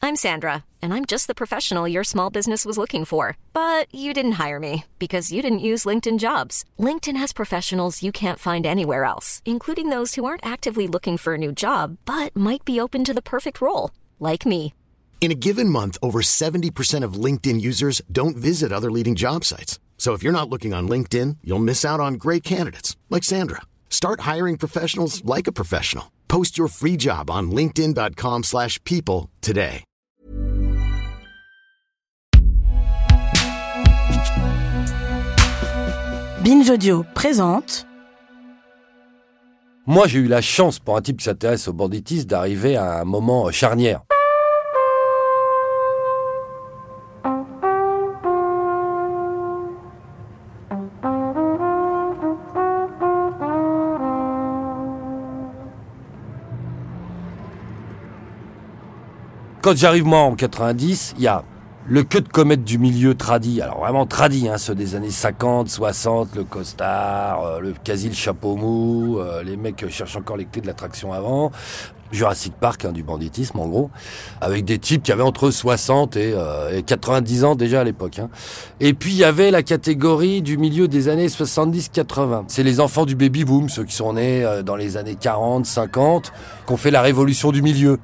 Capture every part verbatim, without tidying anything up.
I'm Sandra, and I'm just the professional your small business was looking for. But you didn't hire me because you didn't use LinkedIn Jobs. LinkedIn has professionals you can't find anywhere else, including those who aren't actively looking for a new job, but might be open to the perfect role, like me. In a given month, over seventy percent of LinkedIn users don't visit other leading job sites. So if you're not looking on LinkedIn, you'll miss out on great candidates like Sandra. Start hiring professionals like a professional. Post your free job on linkedin.com slash people today. Binge Audio présente. Moi, j'ai eu la chance, pour un type qui s'intéresse au banditisme, d'arriver à un moment charnière. Quand j'arrive moi en quatre-vingt-dix, il y a le queue de comète du milieu tradi, alors vraiment tradi, hein, ceux des années cinquante, soixante, le costard, euh, le quasi le chapeau mou, euh, les mecs cherchent encore les clés de l'attraction avant, Jurassic Park, hein, du banditisme en gros, avec des types qui avaient entre soixante et, euh, et quatre-vingt-dix ans déjà à l'époque. Hein. Et puis il y avait la catégorie du milieu des années soixante-dix quatre-vingts. C'est les enfants du baby-boom, ceux qui sont nés euh, dans les années quarante, cinquante, qui ont fait la révolution du milieu.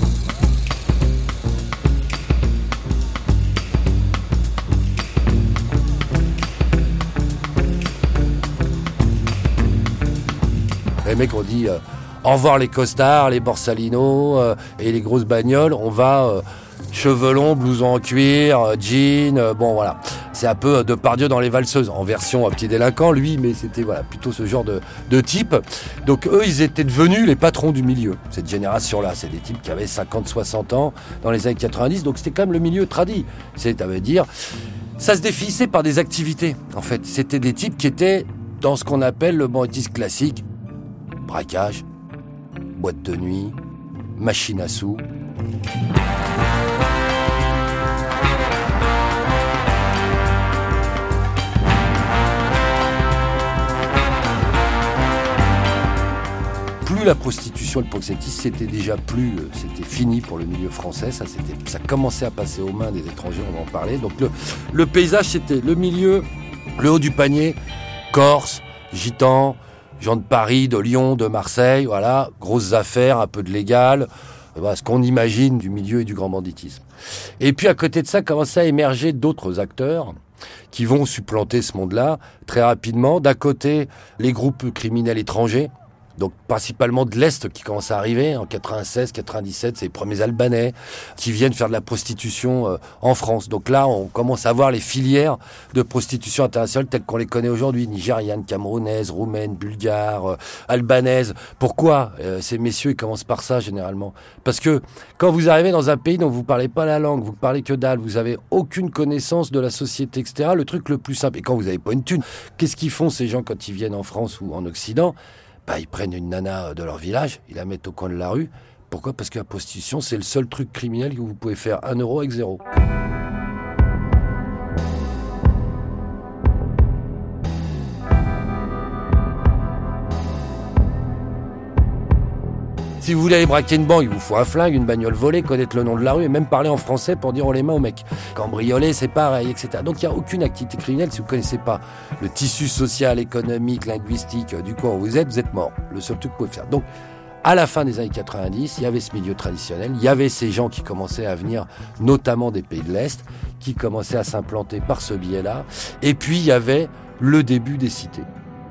Les mecs ont dit euh, au revoir les costards, les Borsalino euh, et les grosses bagnoles. On va euh, cheveux longs, blouson en cuir, euh, jean. Euh, bon voilà, c'est un peu Depardieu dans Les Valseuses en version euh, petit délinquant lui, mais c'était voilà plutôt ce genre de, de type. Donc eux, ils étaient devenus les patrons du milieu. Cette génération-là, c'est des types qui avaient cinquante, soixante ans dans les années quatre-vingt-dix. Donc c'était quand même le milieu tradi. C'est à dire, ça se définissait par des activités. En fait, c'était des types qui étaient dans ce qu'on appelle le banditisme classique. Braquage, boîte de nuit, machine à sous. Plus la prostitution et le proxénétisme, c'était déjà plus, c'était fini pour le milieu français. Ça, c'était, ça commençait à passer aux mains des étrangers, on va en parler. Donc le, le paysage, c'était le milieu, le haut du panier, Corse, Gitans, gens de Paris, de Lyon, de Marseille, voilà, grosses affaires, un peu de légal, voilà, ce qu'on imagine du milieu et du grand banditisme. Et puis à côté de ça, commençaient à émerger d'autres acteurs qui vont supplanter ce monde-là très rapidement. D'un côté, les groupes criminels étrangers, donc principalement de l'Est qui commence à arriver, en quatre-vingt-seize, quatre-vingt-dix-sept, c'est les premiers Albanais qui viennent faire de la prostitution euh, en France. Donc là, on commence à voir les filières de prostitution internationale telles qu'on les connaît aujourd'hui, nigérianes, camerounaises, roumaines, bulgares, euh, albanaises. Pourquoi euh, ces messieurs ils commencent par ça généralement? Parce que quand vous arrivez dans un pays dont vous parlez pas la langue, vous parlez que dalle, vous avez aucune connaissance de la société, et cetera, le truc le plus simple, et quand vous avez pas une thune, qu'est-ce qu'ils font ces gens quand ils viennent en France ou en Occident? Bah, ils prennent une nana de leur village, ils la mettent au coin de la rue. Pourquoi? Parce que la prostitution, c'est le seul truc criminel que vous pouvez faire un euro avec zéro. Si vous voulez aller braquer une banque, il vous faut un flingue, une bagnole volée, connaître le nom de la rue et même parler en français pour dire on les mains au mec. Cambrioler, c'est pareil, et cetera. Donc il n'y a aucune activité criminelle si vous ne connaissez pas le tissu social, économique, linguistique du coin où vous êtes, vous êtes mort. Le seul truc que vous pouvez faire. Donc à la fin des années quatre-vingt-dix, il y avait ce milieu traditionnel, il y avait ces gens qui commençaient à venir, notamment des pays de l'Est, qui commençaient à s'implanter par ce biais-là. Et puis il y avait le début des cités.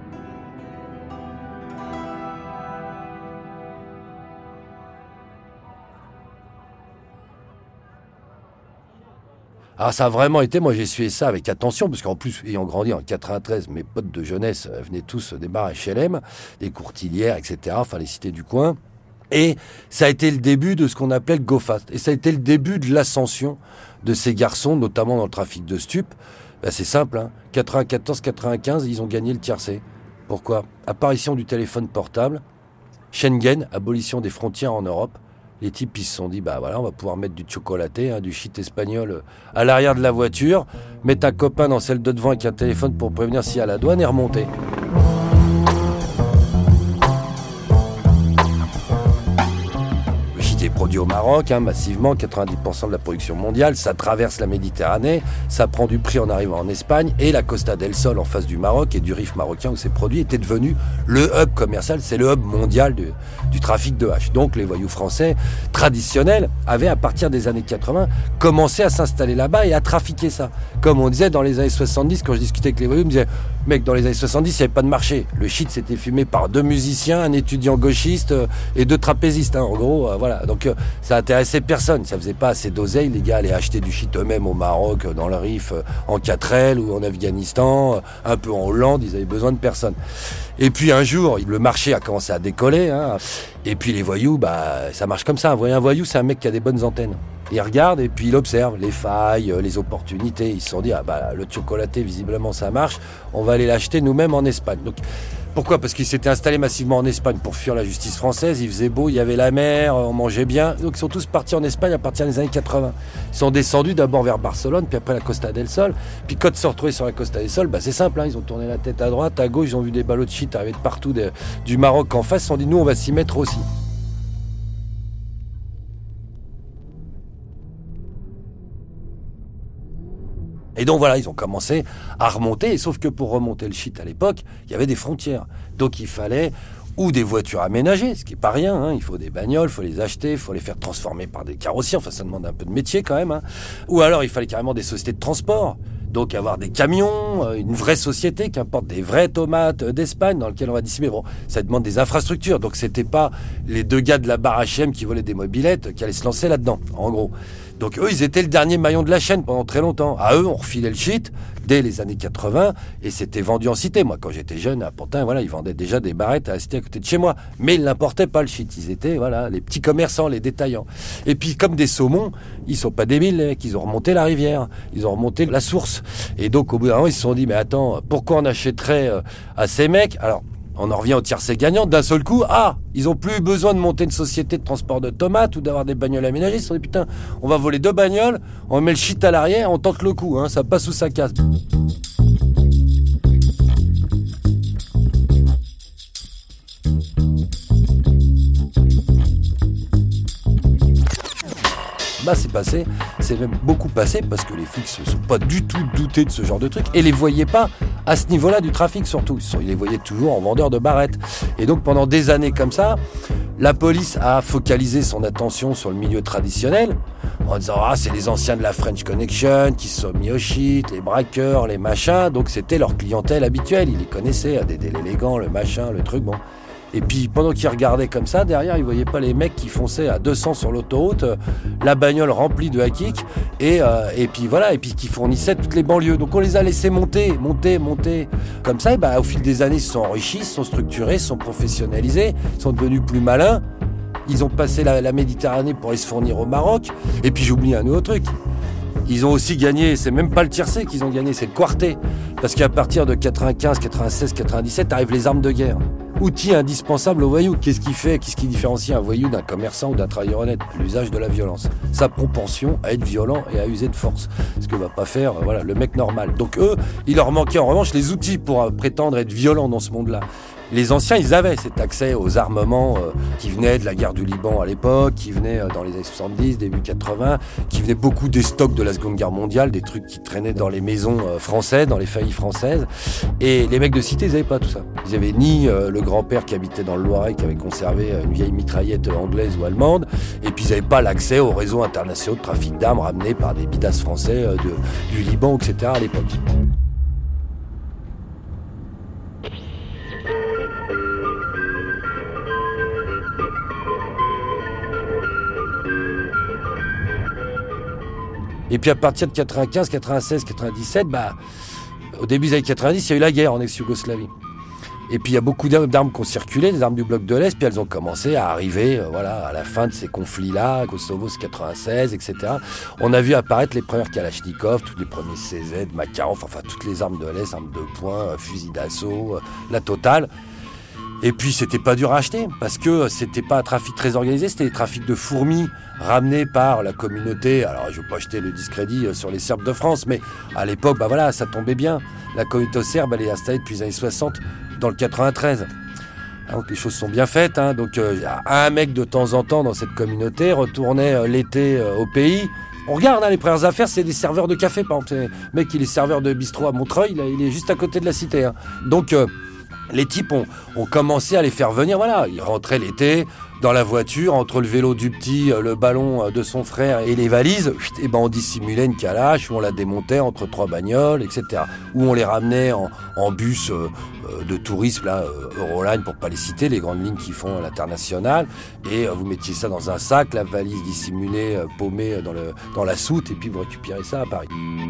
Alors ça a vraiment été, moi j'ai suivi ça avec attention, parce qu'en plus, ayant grandi en quatre-vingt-treize, mes potes de jeunesse venaient tous des bars H L M, des courtilières, et cetera, enfin les cités du coin. Et ça a été le début de ce qu'on appelait le go fast. Et ça a été le début de l'ascension de ces garçons, notamment dans le trafic de stupes. Ben, c'est simple, hein. quatre-vingt-quatorze quatre-vingt-quinze, ils ont gagné le tiercé. Pourquoi? Apparition du téléphone portable, Schengen, abolition des frontières en Europe. Les types, ils se sont dit, bah voilà, on va pouvoir mettre du chocolaté, hein, du shit espagnol à l'arrière de la voiture, mettre un copain dans celle de devant avec un téléphone pour prévenir s'il y a la douane et remonter. Le shit produit au Maroc, hein, massivement, quatre-vingt-dix pour cent de la production mondiale. Ça traverse la Méditerranée, ça prend du prix en arrivant en Espagne. Et la Costa del Sol, en face du Maroc et du Rif marocain où c'est produit, était devenu le hub commercial. C'est le hub mondial du, du trafic de hache. Donc les voyous français traditionnels avaient, à partir des années quatre-vingts, commencé à s'installer là-bas et à trafiquer ça. Comme on disait dans les années soixante-dix, quand je discutais avec les voyous, ils me disaient « Mec, dans les années soixante-dix, il n'y avait pas de marché. Le shit, c'était fumé par deux musiciens, un étudiant gauchiste euh, et deux trapézistes. Hein, en gros, euh, voilà. Donc euh, ça intéressait personne. Ça faisait pas assez d'oseille. Les gars allaient acheter du shit eux-mêmes au Maroc, euh, dans le Rif, euh, en quatre L ou en Afghanistan, euh, un peu en Hollande. Ils avaient besoin de personne. Et puis un jour, le marché a commencé à décoller. Hein, et puis les voyous, bah, ça marche comme ça. Un voyou, un voyou, c'est un mec qui a des bonnes antennes. Il regarde et puis il observe les failles, les opportunités. Ils se sont dit, ah bah, le chocolaté, visiblement, ça marche. On va aller l'acheter nous-mêmes en Espagne. Donc, pourquoi ? Parce qu'ils s'étaient installés massivement en Espagne pour fuir la justice française. Il faisait beau, il y avait la mer, on mangeait bien. Donc, ils sont tous partis en Espagne à partir des années quatre-vingts. Ils sont descendus d'abord vers Barcelone, puis après la Costa del Sol. Puis quand ils se sont retrouvés sur la Costa del Sol, bah, c'est simple, hein, ils ont tourné la tête à droite, à gauche, ils ont vu des ballots de shit arriver de partout de, du Maroc en face. Ils se sont dit, nous, on va s'y mettre aussi. Et donc voilà, ils ont commencé à remonter, et sauf que pour remonter le shit à l'époque, il y avait des frontières. Donc il fallait ou des voitures aménagées, ce qui n'est pas rien, hein. Il faut des bagnoles, il faut les acheter, il faut les faire transformer par des carrossiers, enfin ça demande un peu de métier quand même. Hein. Ou alors il fallait carrément des sociétés de transport, donc avoir des camions, une vraie société qui importe des vraies tomates d'Espagne dans lesquelles on va distribuer. Bon, ça demande des infrastructures, donc c'était pas les deux gars de la barre H et M qui volaient des mobylettes qui allaient se lancer là-dedans, en gros. Donc eux, ils étaient le dernier maillon de la chaîne pendant très longtemps. À eux, on refilait le shit dès les années quatre-vingts et c'était vendu en cité. Moi, quand j'étais jeune à Pantin, voilà, ils vendaient déjà des barrettes à la cité à côté de chez moi. Mais ils n'importaient pas le shit. Ils étaient, voilà, les petits commerçants, les détaillants. Et puis, comme des saumons, ils sont pas débiles, les mecs. Ils ont remonté la rivière. Ils ont remonté la source. Et donc, au bout d'un moment, ils se sont dit, mais attends, pourquoi on achèterait à ces mecs ? Alors, on en revient au tiercé gagnant. D'un seul coup, ah, ils ont plus besoin de monter une société de transport de tomates ou d'avoir des bagnoles aménagées. Ils se sont dit, putain, on va voler deux bagnoles, on met le shit à l'arrière, on tente le coup, hein, ça passe ou ça casse. Bah, c'est passé, c'est même beaucoup passé parce que les flics se sont pas du tout doutés de ce genre de truc et les voyaient pas à ce niveau-là du trafic surtout. Ils les voyaient toujours en vendeurs de barrettes. Et donc pendant des années comme ça, la police a focalisé son attention sur le milieu traditionnel en disant ah c'est les anciens de la French Connection qui se sont mis au shit, les braqueurs, les machins. Donc c'était leur clientèle habituelle, ils les connaissaient, Dédé l'élégant, le machin, le truc bon. Et puis pendant qu'ils regardaient comme ça, derrière ils voyaient pas les mecs qui fonçaient à deux cents sur l'autoroute, euh, la bagnole remplie de hakik, et euh, et puis voilà, et puis qui fournissaient toutes les banlieues. Donc on les a laissés monter, monter, monter, comme ça. Et bah au fil des années, ils se sont enrichis, ils se sont structurés, ils se sont professionnalisés, ils sont devenus plus malins. Ils ont passé la, la Méditerranée pour aller se fournir au Maroc. Et puis j'oublie un autre truc. Ils ont aussi gagné, c'est même pas le tiercé qu'ils ont gagné, c'est le quartet. Parce qu'à partir de quatre-vingt-quinze, quatre-vingt-seize, quatre-vingt-dix-sept, arrivent les armes de guerre. Outil indispensable au voyou. Qu'est-ce qui fait, qu'est-ce qui différencie un voyou d'un commerçant ou d'un travailleur honnête ? L'usage de la violence. Sa propension à être violent et à user de force. Ce que va pas faire voilà, le mec normal. Donc eux, il leur manquait en revanche les outils pour euh, prétendre être violents dans ce monde-là. Les anciens, ils avaient cet accès aux armements euh, qui venaient de la guerre du Liban à l'époque, qui venaient euh, dans les années soixante-dix, début quatre-vingts, qui venaient beaucoup des stocks de la Seconde Guerre mondiale, des trucs qui traînaient dans les maisons euh, françaises, dans les familles françaises. Et les mecs de cité, ils n'avaient pas tout ça. Ils avaient ni euh, le grand-père qui habitait dans le Loiret, qui avait conservé euh, une vieille mitraillette anglaise ou allemande, et puis ils n'avaient pas l'accès aux réseaux internationaux de trafic d'armes ramenés par des bidasses français euh, de, du Liban, et cetera à l'époque. Et puis à partir de quatre-vingt-quinze, quatre-vingt-seize, quatre-vingt-dix-sept, bah, au début des années quatre-vingt-dix, il y a eu la guerre en ex-Yougoslavie. Et puis il y a beaucoup d'armes qui ont circulé, des armes du bloc de l'Est, puis elles ont commencé à arriver euh, voilà, à la fin de ces conflits-là, Kosovo c'est quatre-vingt-seize, et cetera. On a vu apparaître les premières Kalachnikov, tous les premiers C Z, Makarov, enfin toutes les armes de l'Est, armes de poing, fusils d'assaut, euh, la totale. Et puis c'était pas dur à acheter parce que c'était pas un trafic très organisé, c'était des trafics de fourmis ramenés par la communauté. Alors je veux pas jeter le discrédit sur les Serbes de France, mais à l'époque, bah voilà, ça tombait bien. La communauté serbe, elle est installée depuis les années soixante dans le quatre-vingt-treize. Donc les choses sont bien faites. Hein. Donc euh, un mec de temps en temps dans cette communauté retournait euh, l'été euh, au pays. On regarde, hein, les premières affaires, c'est des serveurs de café, par exemple. Le mec, il est serveur de bistrot à Montreuil, là, il est juste à côté de la cité. Hein. Donc euh, les types ont, ont commencé à les faire venir. Voilà, ils rentraient l'été dans la voiture, entre le vélo du petit, le ballon de son frère et les valises. Et ben on dissimulait une calache, où on la démontait entre trois bagnoles, et cetera. Où on les ramenait en, en bus euh, de tourisme, là, Euroline, pour pas les citer, les grandes lignes qui font l'international. Et euh, vous mettiez ça dans un sac, la valise dissimulée, euh, paumée dans, le, dans la soute, et puis vous récupérez ça à Paris.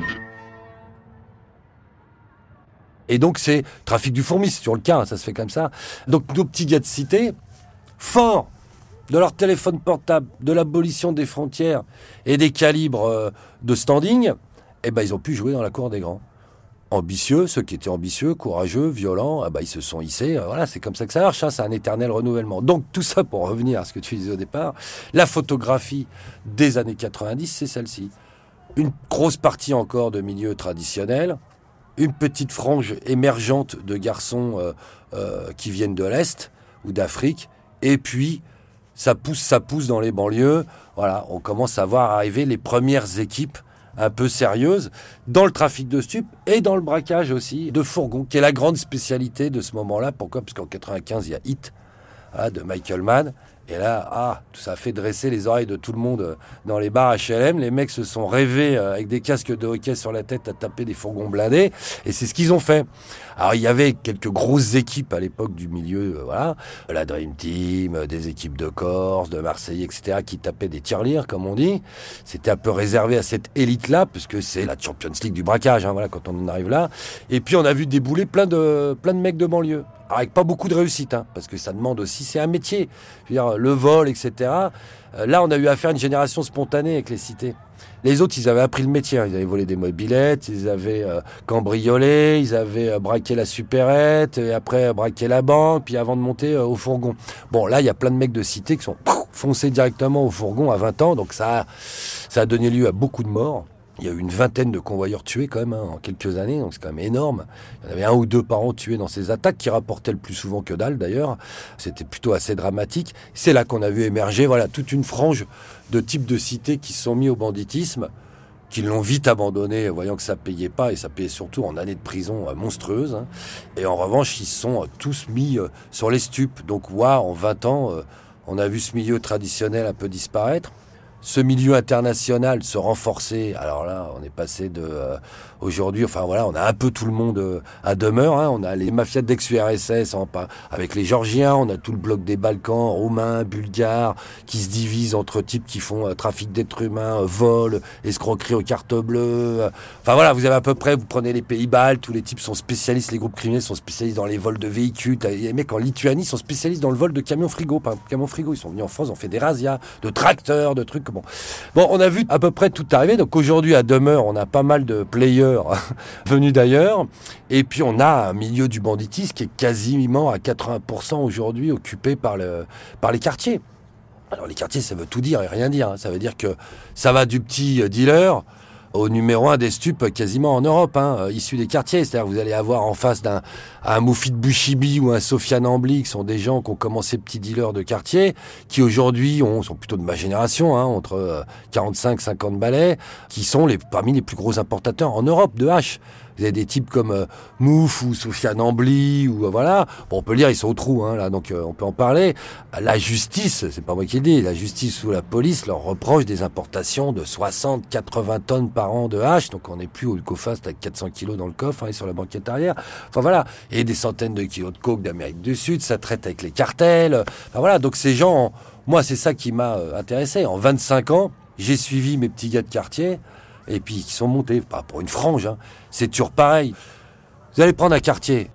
Et donc c'est trafic du fourmi, c'est sur le cas, ça se fait comme ça. Donc nos petits gars de cité, forts de leur téléphone portable, de l'abolition des frontières et des calibres euh, de standing, eh ben ils ont pu jouer dans la cour des grands. Ambitieux, ceux qui étaient ambitieux, courageux, violents, eh ben ils se sont hissés. Euh, voilà, c'est comme ça que ça marche, hein, c'est un éternel renouvellement. Donc tout ça pour revenir à ce que tu disais au départ, la photographie des années quatre-vingt-dix, c'est celle-ci. Une grosse partie encore de milieux traditionnels, une petite frange émergente de garçons euh, euh, qui viennent de l'Est ou d'Afrique, et puis ça pousse, ça pousse dans les banlieues. Voilà, on commence à voir arriver les premières équipes un peu sérieuses dans le trafic de stupes et dans le braquage aussi de fourgons, qui est la grande spécialité de ce moment-là. Pourquoi ? Parce qu'en quatre-vingt-quinze, il y a Hit, hein, de Michael Mann. Et là, ah, ça a fait dresser les oreilles de tout le monde dans les bars H L M. Les mecs se sont rêvés avec des casques de hockey sur la tête à taper des fourgons blindés. Et c'est ce qu'ils ont fait. Alors, il y avait quelques grosses équipes à l'époque du milieu, euh, voilà. La Dream Team, des équipes de Corse, de Marseille, et cetera, qui tapaient des tirelires, comme on dit. C'était un peu réservé à cette élite-là, parce que c'est la Champions League du braquage, hein, voilà, quand on en arrive là. Et puis, on a vu débouler plein de, plein de mecs de banlieue. Alors, avec pas beaucoup de réussite, hein, parce que ça demande aussi, c'est un métier. Je veux dire, le vol, et cetera. Euh, là, on a eu affaire à une génération spontanée avec les cités. Les autres, ils avaient appris le métier. Hein. Ils avaient volé des mobylettes, ils avaient euh, cambriolé, ils avaient euh, braqué la supérette, et après euh, braqué la banque, puis avant de monter euh, au fourgon. Bon, là, il y a plein de mecs de cité qui sont pouf, foncés directement au fourgon à vingt ans, donc ça, ça a donné lieu à beaucoup de morts. Il y a eu une vingtaine de convoyeurs tués quand même, hein, en quelques années, donc c'est quand même énorme. Il y en avait un ou deux par an tués dans ces attaques, qui rapportaient le plus souvent que dalle d'ailleurs. C'était plutôt assez dramatique. C'est là qu'on a vu émerger, voilà, toute une frange de types de cités qui se sont mis au banditisme, qui l'ont vite abandonné, voyant que ça payait pas, et ça payait surtout en années de prison euh, monstrueuses. Hein. Et en revanche, ils se sont euh, tous mis euh, sur les stupes. Donc, waouh, en vingt ans, euh, on a vu ce milieu traditionnel un peu disparaître. Ce milieu international se renforcer. Alors là, on est passé de euh, aujourd'hui, enfin voilà, on a un peu tout le monde euh, à demeure. Hein. On a les mafias d'ex-U R S S en, avec les Géorgiens, on a tout le bloc des Balkans, roumains, bulgares, qui se divisent entre types qui font euh, trafic d'êtres humains, euh, vol, escroquerie aux cartes bleues. Euh. Enfin voilà, vous avez à peu près, vous prenez les pays baltes, tous les types sont spécialistes, les groupes criminels sont spécialistes dans les vols de véhicules. Les mecs en Lituanie sont spécialistes dans le vol de camions frigo. Par exemple, camions frigo, ils sont venus en France, on fait des razzias, de tracteurs, de trucs. Bon. bon, on a vu à peu près tout arriver. Donc aujourd'hui, à demeure, on a pas mal de players venus d'ailleurs. Et puis on a un milieu du banditisme qui est quasiment à quatre-vingts pour cent aujourd'hui occupé par, le, par les quartiers. Alors les quartiers, ça veut tout dire et rien dire. Hein. Ça veut dire que ça va du petit dealer au numéro un des stupes quasiment en Europe, hein, issus des quartiers. C'est-à-dire que vous allez avoir en face d'un un Moufid Bouchibi ou un Sofiane Ambli, qui sont des gens qui ont commencé petits dealers de quartier, qui aujourd'hui ont, sont plutôt de ma génération, hein, entre quarante-cinq cinquante balais, qui sont les, parmi les plus gros importateurs en Europe de hache. Vous avez des types comme euh, Mouf ou Sofiane Ambli, ou euh, voilà. Bon, on peut le dire, ils sont au trou, hein, là, donc euh, on peut en parler. La justice, c'est pas moi qui le dis, la justice ou la police leur reproche des importations de soixante quatre-vingts tonnes par an de hache, donc on n'est plus au Cofast avec quatre cents kilos dans le coffre, hein, et sur la banquette arrière. Enfin voilà, et des centaines de kilos de coke d'Amérique du Sud, ça traite avec les cartels. Enfin voilà, donc ces gens, moi c'est ça qui m'a euh, intéressé. En vingt-cinq ans, j'ai suivi mes petits gars de quartier, et puis qui sont montés, pas pour une frange, hein. C'est toujours pareil. Vous allez prendre un quartier.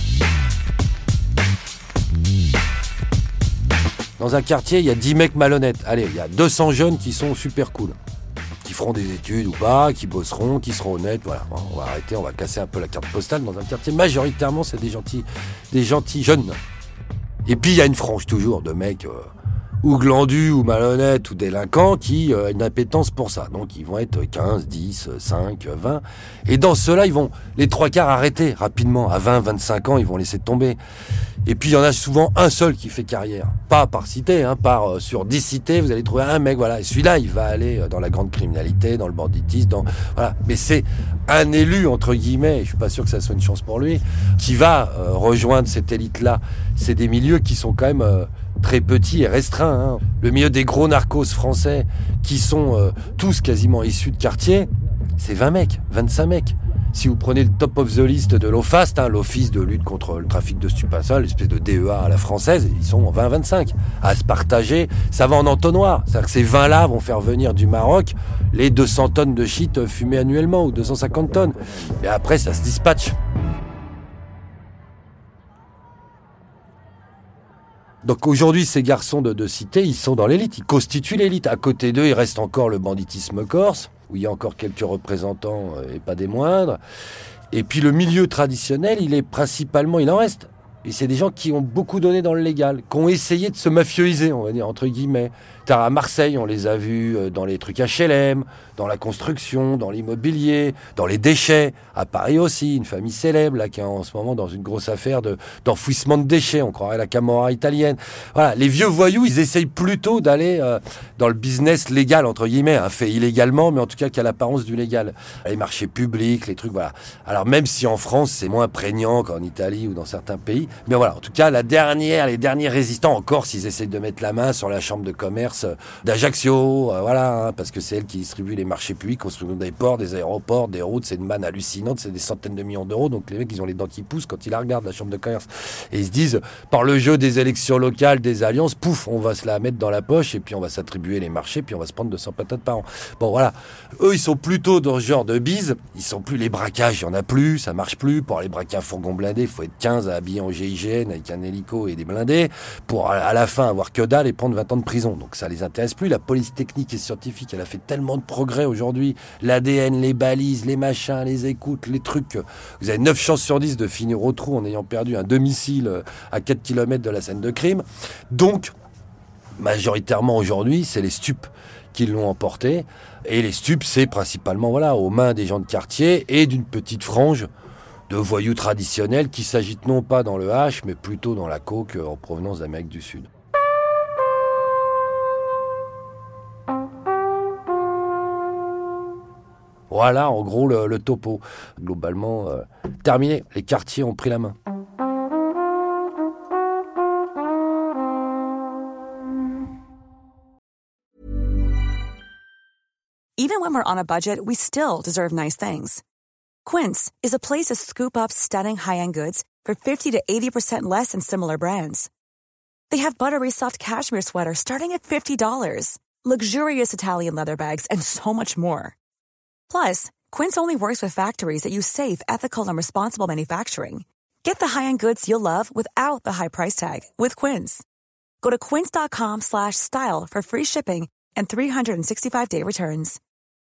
Dans un quartier, il y a dix mecs malhonnêtes. Allez, il y a deux cents jeunes qui sont super cool, qui feront des études ou pas, qui bosseront, qui seront honnêtes. Voilà, on va arrêter, on va casser un peu la carte postale. Dans un quartier, majoritairement, c'est des gentils, des gentils jeunes. Et puis, il y a une frange toujours de mecs... Euh, ou glandus, ou malhonnêtes, ou délinquants, qui euh, ont une appétence pour ça. Donc, ils vont être quinze, dix, cinq, vingt. Et dans ceux-là, ils vont, les trois quarts arrêter rapidement. À vingt, vingt-cinq ans, ils vont laisser tomber. Et puis il y en a souvent un seul qui fait carrière, pas par cité, hein, par euh, sur dix cités, vous allez trouver un mec, voilà. Et celui-là, il va aller euh, dans la grande criminalité, dans le banditisme, dans voilà. Mais c'est un élu entre guillemets, je suis pas sûr que ça soit une chance pour lui, qui va euh, rejoindre cette élite-là. C'est des milieux qui sont quand même euh, très petits et restreints. Hein. Le milieu des gros narcos français, qui sont euh, tous quasiment issus de quartier, c'est vingt mecs, vingt-cinq mecs. Si vous prenez le top of the list de l'OFAST, hein, l'Office de lutte contre le trafic de stupéfiants, l'espèce de D E A à la française, ils sont vingt à vingt-cinq. À se partager, ça va en entonnoir. C'est-à-dire que ces vingt-là vont faire venir du Maroc les deux cents tonnes de shit fumées annuellement, ou deux cent cinquante tonnes. Et après, ça se dispatche. Donc aujourd'hui, ces garçons de, de cité, ils sont dans l'élite, ils constituent l'élite. À côté d'eux, il reste encore le banditisme corse, où il y a encore quelques représentants, et pas des moindres. Et puis le milieu traditionnel, il est principalement, il en reste. Et c'est des gens qui ont beaucoup donné dans le légal, qui ont essayé de se mafioiser, on va dire, entre guillemets. À Marseille, on les a vus dans les trucs H L M, dans la construction, dans l'immobilier, dans les déchets. À Paris aussi, une famille célèbre, là, qui est en ce moment dans une grosse affaire de, d'enfouissement de déchets. On croirait la Camorra italienne. Voilà, les vieux voyous, ils essayent plutôt d'aller euh, dans le business légal, entre guillemets, hein, fait illégalement, mais en tout cas qui a l'apparence du légal. Les marchés publics, les trucs, voilà. Alors même si en France, c'est moins prégnant qu'en Italie ou dans certains pays, mais voilà, en tout cas, la dernière, les derniers résistants, en Corse, ils essayent de mettre la main sur la chambre de commerce d'Ajaccio, euh, voilà, hein, parce que c'est elle qui distribue les marchés publics, construction des ports, des aéroports, des routes, c'est une manne hallucinante, c'est des centaines de millions d'euros, donc les mecs, ils ont les dents qui poussent quand ils la regardent, la chambre de commerce. Et ils se disent, par le jeu des élections locales, des alliances, pouf, on va se la mettre dans la poche, et puis on va s'attribuer les marchés, puis on va se prendre deux cents patates par an. Bon, voilà. Eux, ils sont plutôt dans ce genre de bise, ils sont plus les braquages, il y en a plus, ça marche plus. Pour aller braquer un fourgon blindé, il faut être quinze à habiller en G I G N avec un hélico et des blindés, pour à la fin avoir que dalle et prendre vingt ans de prison. Donc ça les intéresse plus. La police technique et scientifique, elle a fait tellement de progrès aujourd'hui. L'A D N, les balises, les machins, les écoutes, les trucs. Vous avez neuf chances sur dix de finir au trou en ayant perdu un domicile à quatre kilomètres de la scène de crime. Donc, majoritairement aujourd'hui, c'est les stupes qui l'ont emporté. Et les stupes, c'est principalement voilà, aux mains des gens de quartier et d'une petite frange de voyous traditionnels qui s'agitent non pas dans le hash, mais plutôt dans la coke en provenance d'Amérique du Sud. Voilà, en gros, le, le topo. Globalement, euh, terminé. Les quartiers ont pris la main. Even when we're on a budget, we still deserve nice things. Quince is a place to scoop up stunning high-end goods for fifty to eighty percent less than similar brands. They have buttery soft cashmere sweaters starting at fifty dollars, luxurious Italian leather bags, and so much more. Plus, Quince only works with factories that use safe, ethical, and responsible manufacturing. Get the high-end goods you'll love without the high price tag with Quince. Go to quince.com slash style for free shipping and three sixty-five day returns.